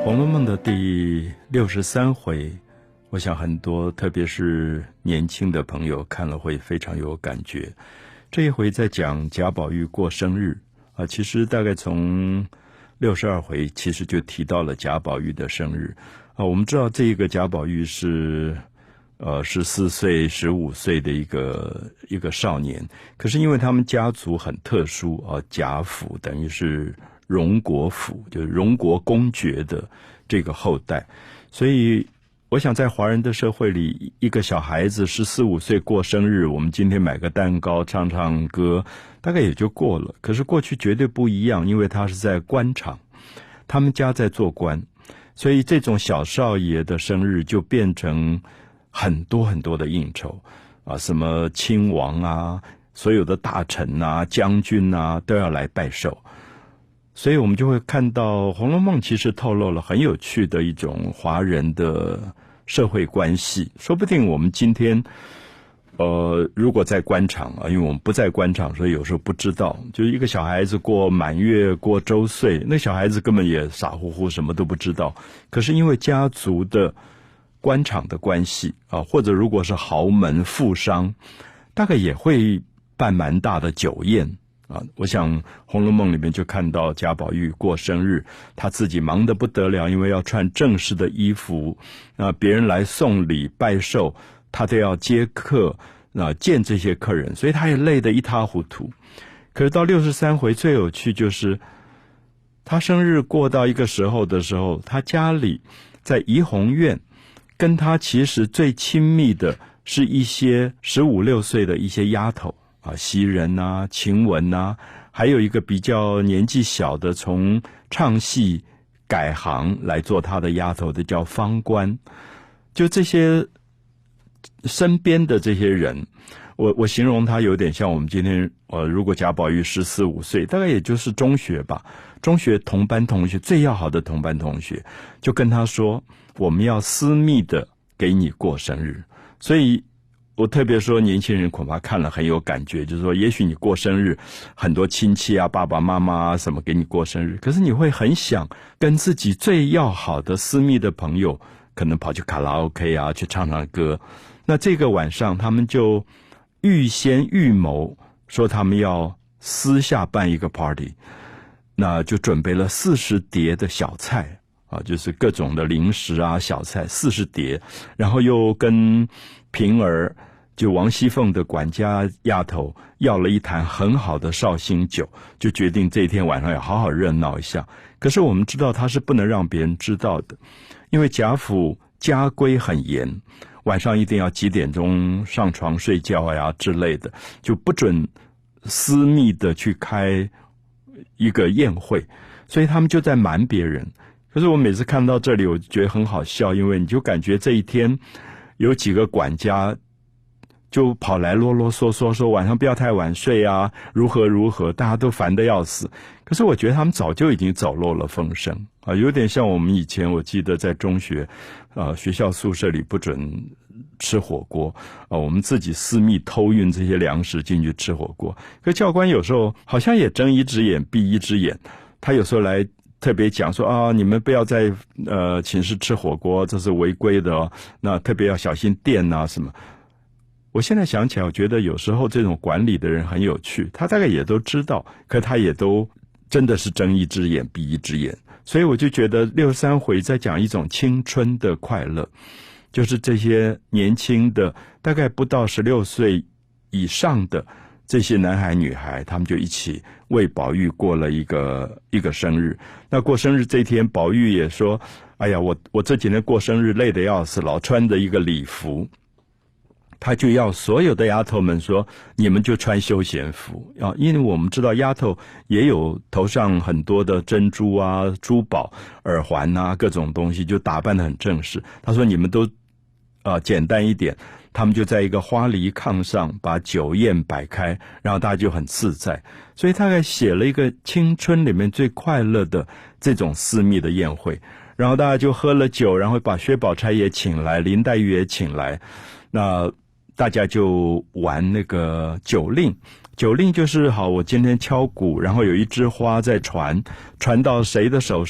《红楼梦》的第63回，我想很多特别是年轻的朋友看了会非常有感觉。这一回在讲贾宝玉过生日其实大概从62回其实就提到了贾宝玉的生日我们知道这个贾宝玉是14岁15岁的一个少年，可是因为他们家族很特殊贾府等于是荣国府，就是荣国公爵的这个后代，所以我想在华人的社会里，一个小孩子14、15岁过生日，我们今天买个蛋糕唱唱歌大概也就过了。可是过去绝对不一样，因为他是在官场，他们家在做官，所以这种小少爷的生日就变成很多很多的应酬什么亲王啊，所有的大臣啊将军啊都要来拜寿。所以我们就会看到《红楼梦》其实透露了很有趣的一种华人的社会关系。说不定我们今天如果在官场因为我们不在官场，所以有时候不知道，就是一个小孩子过满月过周岁，那小孩子根本也傻乎乎什么都不知道，可是因为家族的官场的关系或者如果是豪门富商，大概也会办蛮大的酒宴我想《红楼梦》里面就看到贾宝玉过生日，他自己忙得不得了，因为要穿正式的衣服别人来送礼拜寿，他都要接客见这些客人，所以他也累得一塌糊涂。可是到63回最有趣就是他生日过到一个时候的时候，他家里在怡红院跟他其实最亲密的是一些15、16岁的一些丫头袭人晴雯还有一个比较年纪小的从唱戏改行来做他的丫头的叫芳官。就这些身边的这些人，我形容他有点像我们今天如果贾宝玉14、15岁，大概也就是中学吧，中学同班同学，最要好的同班同学，就跟他说我们要私密的给你过生日。所以我特别说年轻人恐怕看了很有感觉，就是说也许你过生日很多亲戚爸爸妈妈什么给你过生日，可是你会很想跟自己最要好的私密的朋友可能跑去卡拉 OK 去唱唱歌。那这个晚上他们就预先预谋说他们要私下办一个 party， 那就准备了40碟的小菜就是各种的零食小菜40碟，然后又跟平儿就王熙凤的管家丫头要了一坛很好的绍兴酒，就决定这一天晚上要好好热闹一下。可是我们知道他是不能让别人知道的，因为贾府家规很严，晚上一定要几点钟上床睡觉之类的，就不准私密的去开一个宴会，所以他们就在瞒别人。可是我每次看到这里我觉得很好笑，因为你就感觉这一天有几个管家就跑来啰啰嗦嗦说晚上不要太晚睡如何如何，大家都烦得要死。可是我觉得他们早就已经走漏了风声有点像我们以前我记得在中学学校宿舍里不准吃火锅我们自己私密偷运这些粮食进去吃火锅。可教官有时候好像也睁一只眼闭一只眼，他有时候来特别讲说你们不要在寝室吃火锅，这是违规的那特别要小心电什么。我现在想起来，我觉得有时候这种管理的人很有趣，他大概也都知道，可他也都真的是睁一只眼闭一只眼。所以我就觉得63回在讲一种青春的快乐，就是这些年轻的大概不到16岁以上的这些男孩女孩，他们就一起为宝玉过了一个生日。那过生日这天，宝玉也说哎呀，我这几天过生日累得要死，老穿着一个礼服，他就要所有的丫头们说你们就穿休闲服因为我们知道丫头也有头上很多的珍珠珠宝耳环各种东西，就打扮得很正式。他说你们都简单一点。他们就在一个花梨炕上把酒宴摆开，然后大家就很自在。所以大概写了一个青春里面最快乐的这种私密的宴会，然后大家就喝了酒，然后把薛宝钗也请来，林黛玉也请来，那大家就玩那个酒令。酒令就是好，我今天敲鼓，然后有一枝花在传到谁的手上，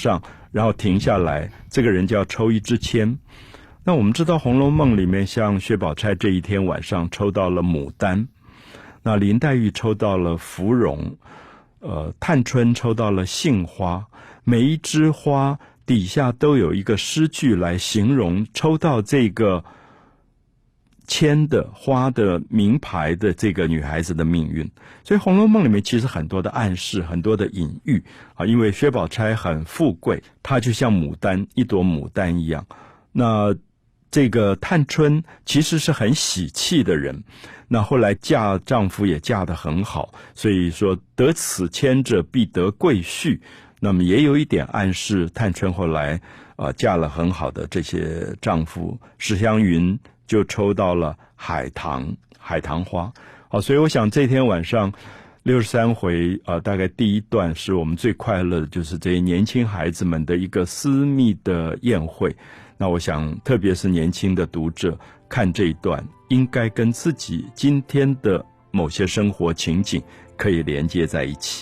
然后停下来，这个人就要抽一支签。那我们知道《红楼梦》里面，像薛宝钗这一天晚上抽到了牡丹，那林黛玉抽到了芙蓉，探春抽到了杏花，每一枝花底下都有一个诗句来形容抽到这个签的花的名牌的这个女孩子的命运。所以《红楼梦》里面其实很多的暗示，很多的隐喻啊。因为薛宝钗很富贵，她就像牡丹，一朵牡丹一样。那这个探春其实是很喜气的人，那后来嫁丈夫也嫁得很好，所以说得此签者必得贵婿。那么也有一点暗示探春后来嫁了很好的这些丈夫。史湘云就抽到了海棠花。好，所以我想这天晚上63回大概第一段是我们最快乐的，就是这些年轻孩子们的一个私密的宴会。那我想特别是年轻的读者看这一段，应该跟自己今天的某些生活情景可以连接在一起。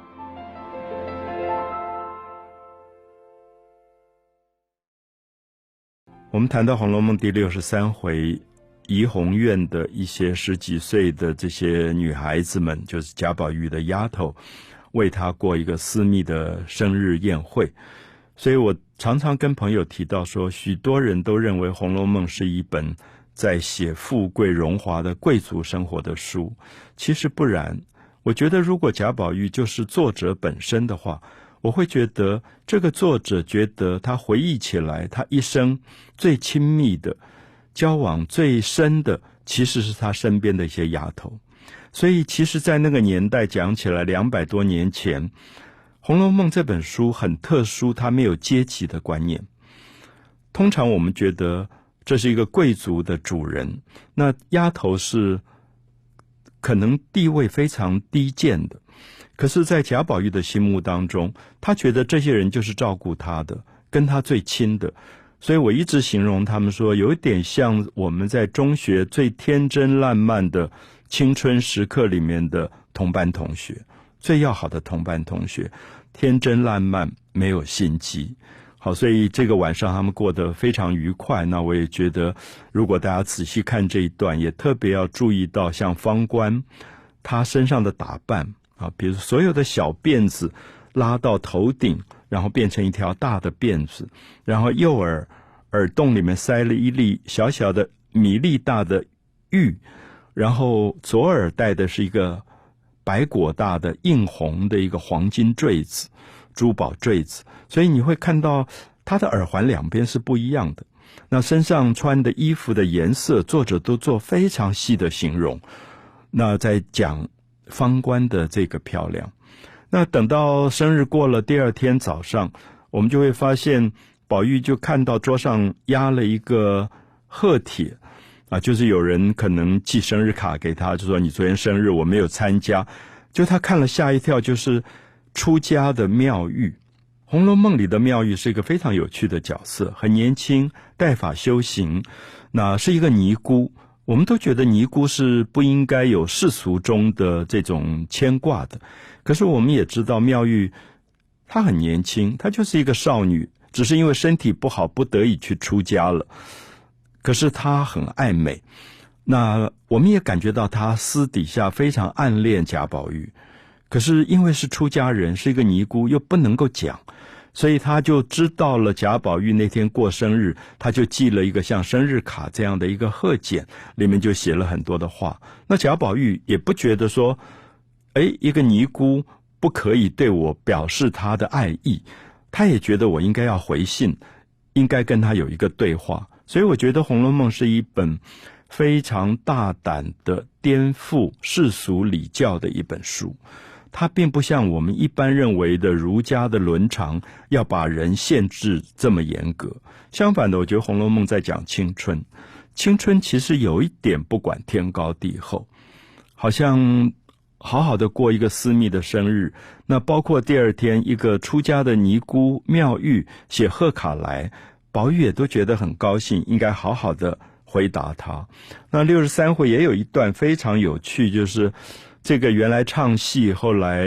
我们谈到《红楼梦》第63回，怡红院的一些10几岁的这些女孩子们，就是贾宝玉的丫头，为她过一个私密的生日宴会。所以我常常跟朋友提到说，许多人都认为《红楼梦》是一本在写富贵荣华的贵族生活的书，其实不然。我觉得如果贾宝玉就是作者本身的话，我会觉得这个作者觉得他回忆起来，他一生最亲密的交往最深的其实是他身边的一些丫头。所以其实在那个年代讲起来200多年前，《红楼梦》这本书很特殊，它没有阶级的观念。通常我们觉得这是一个贵族的主人，那丫头是可能地位非常低贱的，可是在贾宝玉的心目当中，他觉得这些人就是照顾他的，跟他最亲的。所以我一直形容他们说，有一点像我们在中学最天真烂漫的青春时刻里面的同班同学，最要好的同班同学，天真烂漫，没有心机。好，所以这个晚上他们过得非常愉快。那我也觉得，如果大家仔细看这一段，也特别要注意到像方官他身上的打扮啊，比如所有的小辫子拉到头顶，然后变成一条大的辫子，然后右耳洞里面塞了一粒小小的米粒大的玉，然后左耳戴的是一个白果大的映红的一个黄金坠子，珠宝坠子。所以你会看到他的耳环两边是不一样的。那身上穿的衣服的颜色，作者都做非常细的形容。那在讲方官的这个漂亮。那等到生日过了第二天早上，我们就会发现宝玉就看到桌上压了一个贺帖啊，就是有人可能寄生日卡给他，就说你昨天生日我没有参加。就他看了吓一跳，就是出家的妙玉。《红楼梦》里的妙玉是一个非常有趣的角色，很年轻，带法修行，那是一个尼姑。我们都觉得尼姑是不应该有世俗中的这种牵挂的，可是我们也知道妙玉她很年轻，她就是一个少女，只是因为身体不好不得已去出家了。可是她很爱美，那我们也感觉到她私底下非常暗恋贾宝玉，可是因为是出家人，是一个尼姑，又不能够讲，所以他就知道了贾宝玉那天过生日，他就寄了一个像生日卡这样的一个贺简，里面就写了很多的话。那贾宝玉也不觉得说一个尼姑不可以对我表示他的爱意，他也觉得我应该要回信，应该跟他有一个对话。所以我觉得《红楼梦》是一本非常大胆的颠覆世俗礼教的一本书，它并不像我们一般认为的儒家的伦常要把人限制这么严格。相反的，我觉得《红楼梦》在讲青春，青春其实有一点不管天高地厚，好像好好的过一个私密的生日。那包括第二天一个出家的尼姑妙玉写贺卡来，宝玉也都觉得很高兴，应该好好的回答他。那63回也有一段非常有趣，就是这个原来唱戏后来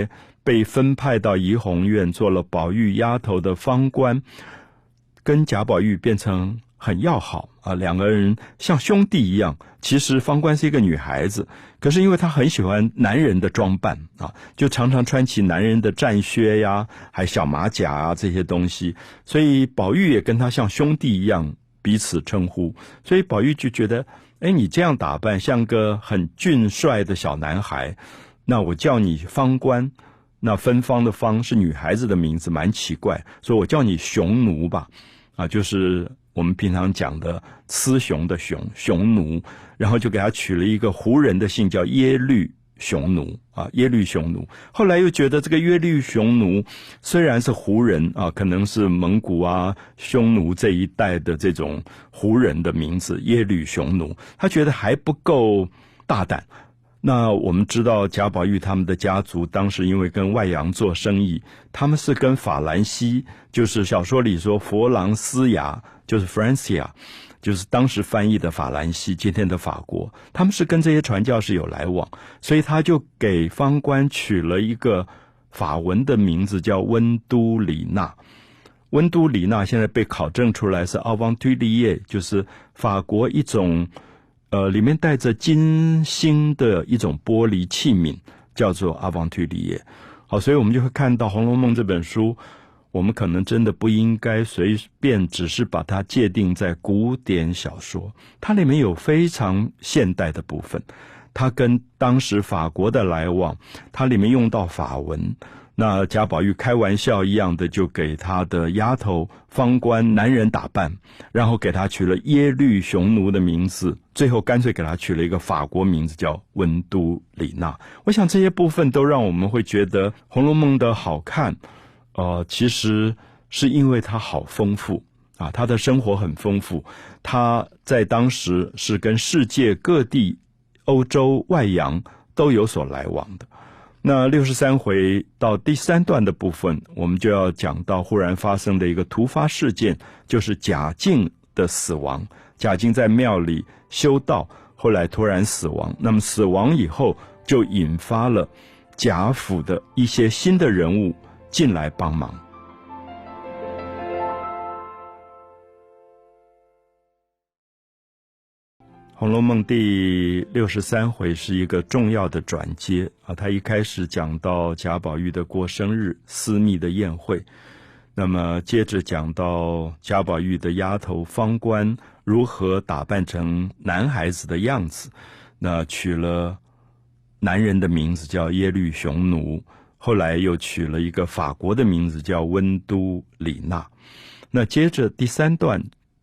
被分派到怡红院做了宝玉丫头的芳官，跟贾宝玉变成很要好啊，两个人像兄弟一样。其实芳官是一个女孩子，可是因为她很喜欢男人的装扮啊，就常常穿起男人的战靴呀，还小马甲啊这些东西，所以宝玉也跟她像兄弟一样彼此称呼。所以宝玉就觉得，你这样打扮像个很俊帅的小男孩，那我叫你芳官，那芬芳的芳是女孩子的名字，蛮奇怪，所以我叫你熊奴吧，就是我们平常讲的雌雄的雄，熊奴，然后就给他取了一个胡人的姓叫耶律匈奴耶律匈奴。后来又觉得这个耶律匈奴虽然是胡人可能是蒙古匈奴这一带的这种胡人的名字耶律匈奴，他觉得还不够大胆。那我们知道贾宝玉他们的家族当时因为跟外洋做生意，他们是跟法兰西，就是小说里说佛朗斯亚，就是 Francia， 就是当时翻译的法兰西，今天的法国，他们是跟这些传教士有来往，所以他就给芳官取了一个法文的名字叫温都里纳。温都里纳现在被考证出来是 Aventulier， 就是法国一种里面带着金星的一种玻璃器皿，叫做 Aventulier。 好，所以我们就会看到《红楼梦》这本书，我们可能真的不应该随便只是把它界定在古典小说，它里面有非常现代的部分，它跟当时法国的来往，它里面用到法文。那贾宝玉开玩笑一样的就给他的丫头芳官男人打扮，然后给他取了耶律匈奴的名字，最后干脆给他取了一个法国名字叫温都里纳。我想这些部分都让我们会觉得《红楼梦》的好看其实是因为它好丰富他的生活很丰富，他在当时是跟世界各地欧洲外洋都有所来往的。那63回到第3段的部分，我们就要讲到忽然发生的一个突发事件，就是贾敬的死亡。贾敬在庙里修道，后来突然死亡，那么死亡以后就引发了贾府的一些新的人物进来帮忙。《红楼梦》第63回是一个重要的转接他一开始讲到贾宝玉的过生日，私密的宴会，那么接着讲到贾宝玉的丫头芳官如何打扮成男孩子的样子，那取了男人的名字叫耶律匈奴，后来又取了一个法国的名字叫温都里纳。那接着第3段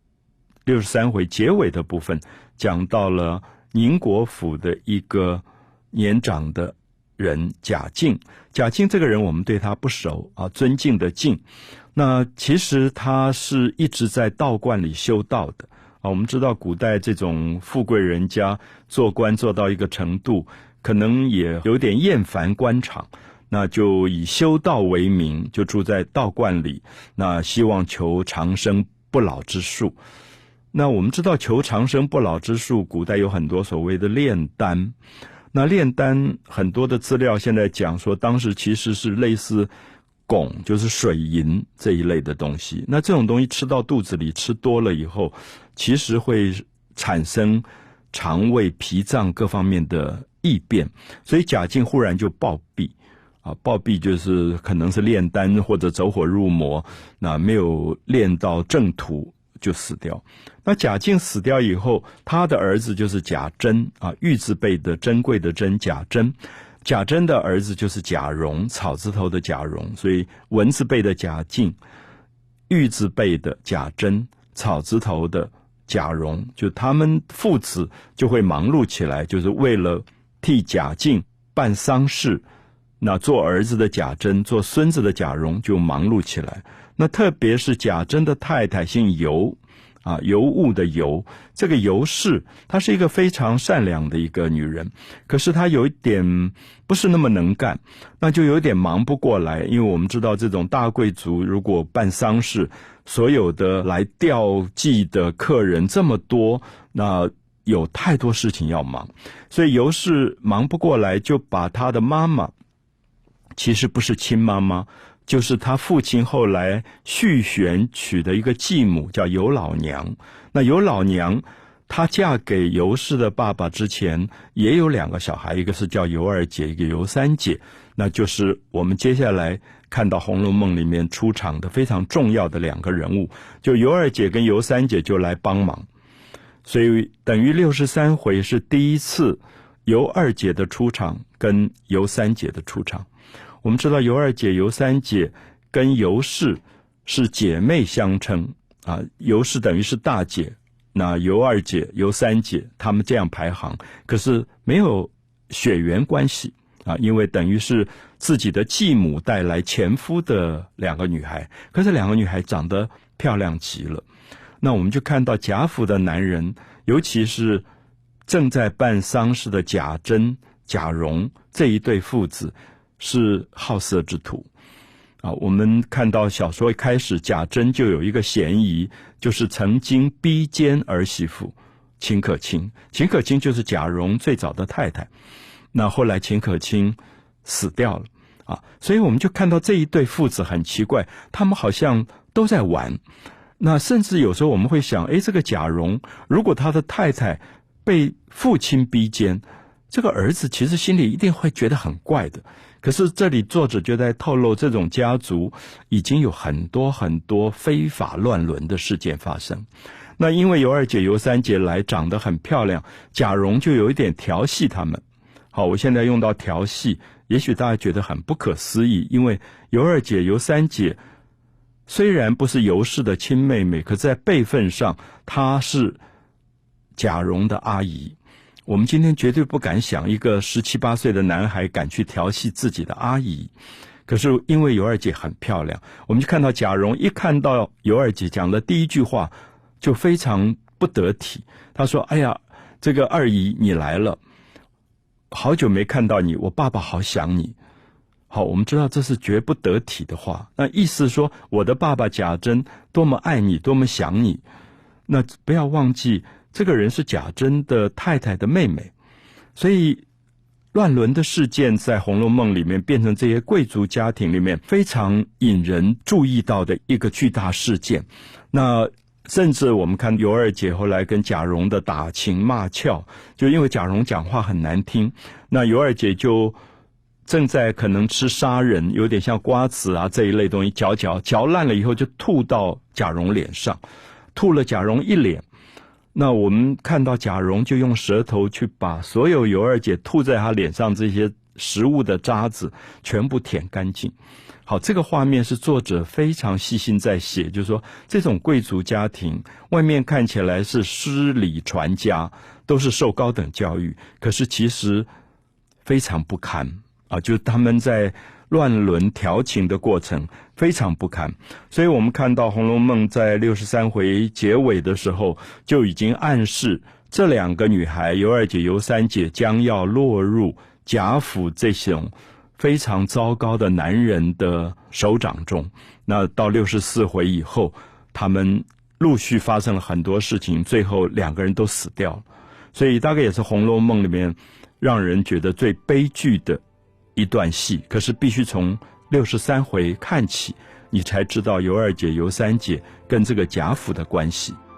63回结尾的部分，讲到了宁国府的一个年长的人贾敬。贾敬这个人我们对他不熟尊敬的敬，那其实他是一直在道观里修道的我们知道古代这种富贵人家做官做到一个程度，可能也有点厌烦官场，那就以修道为名，就住在道观里，那希望求长生不老之术。那我们知道求长生不老之术，古代有很多所谓的炼丹，那炼丹很多的资料现在讲说当时其实是类似汞，就是水银这一类的东西，那这种东西吃到肚子里，吃多了以后其实会产生肠胃脾脏各方面的异变，所以贾敬忽然就暴毙暴毙就是可能是炼丹或者走火入魔，那没有炼到正途就死掉。那贾敬死掉以后，他的儿子就是贾珍玉字辈的珍贵的珍，贾珍。贾珍的儿子就是贾蓉，草字头的贾蓉，所以文字辈的贾敬，玉字辈的贾珍，草字头的贾蓉，就他们父子就会忙碌起来，就是为了替贾敬办丧事。那做儿子的贾珍，做孙子的贾蓉就忙碌起来。那特别是贾珍的太太姓尤尤物的尤，这个尤氏她是一个非常善良的一个女人，可是她有一点不是那么能干，那就有点忙不过来。因为我们知道这种大贵族如果办丧事，所有的来吊祭的客人这么多，那有太多事情要忙，所以尤氏忙不过来，就把她的妈妈其实不是亲妈妈，就是他父亲后来续弦娶的一个继母，叫尤老娘。那尤老娘她嫁给尤氏的爸爸之前也有2个小孩，一个是叫尤二姐，一个尤三姐，那就是我们接下来看到《红楼梦》里面出场的非常重要的2个人物，就尤二姐跟尤三姐就来帮忙。所以等于63回是第一次尤二姐的出场跟尤三姐的出场。我们知道尤二姐、尤三姐跟尤氏是姐妹相称啊，尤氏等于是大姐，那尤二姐、尤三姐她们这样排行，可是没有血缘关系啊，因为等于是自己的继母带来前夫的2个女孩，可是2个女孩长得漂亮极了。那我们就看到贾府的男人，尤其是正在办丧事的贾珍、贾蓉这一对父子是好色之徒啊。我们看到小说一开始，贾珍就有一个嫌疑，就是曾经逼奸儿媳妇秦可卿。秦可卿就是贾蓉最早的太太，那后来秦可卿死掉了啊，所以我们就看到这一对父子很奇怪，他们好像都在玩。那甚至有时候我们会想，这个贾蓉如果他的太太被父亲逼奸，这个儿子其实心里一定会觉得很怪的。可是这里作者就在透露，这种家族已经有很多很多非法乱伦的事件发生。那因为尤二姐、尤三姐来长得很漂亮，贾蓉就有一点调戏他们。好，我现在用到调戏，也许大家觉得很不可思议，因为尤二姐、尤三姐虽然不是尤氏的亲妹妹，可在辈分上她是贾蓉的阿姨。我们今天绝对不敢想一个17、18岁的男孩敢去调戏自己的阿姨。可是因为尤二姐很漂亮，我们就看到贾蓉一看到尤二姐讲的第一句话就非常不得体。他说：哎呀，这个二姨你来了，好久没看到你，我爸爸好想你。好，我们知道这是绝不得体的话，那意思说我的爸爸贾珍多么爱你，多么想你。那不要忘记这个人是贾珍的太太的妹妹，所以乱伦的事件在《红楼梦》里面变成这些贵族家庭里面非常引人注意到的一个巨大事件。那甚至我们看尤二姐后来跟贾蓉的打情骂俏，就因为贾蓉讲话很难听，那尤二姐就正在可能吃砂仁，有点像瓜子啊这一类东西，嚼烂了以后就吐到贾蓉脸上，吐了贾蓉一脸。那我们看到贾蓉就用舌头去把所有尤二姐吐在她脸上这些食物的渣子全部舔干净。好，这个画面是作者非常细心在写，就是说这种贵族家庭外面看起来是诗礼传家，都是受高等教育，可是其实非常不堪啊，就是他们在乱伦调情的过程非常不堪。所以我们看到《红楼梦》在63回结尾的时候就已经暗示这2个女孩尤二姐、尤三姐将要落入贾府这种非常糟糕的男人的手掌中。那到64回以后，他们陆续发生了很多事情，最后2个人都死掉了。所以大概也是《红楼梦》里面让人觉得最悲剧的一段戏，可是必须从63回看起，你才知道尤二姐、尤三姐跟这个贾府的关系。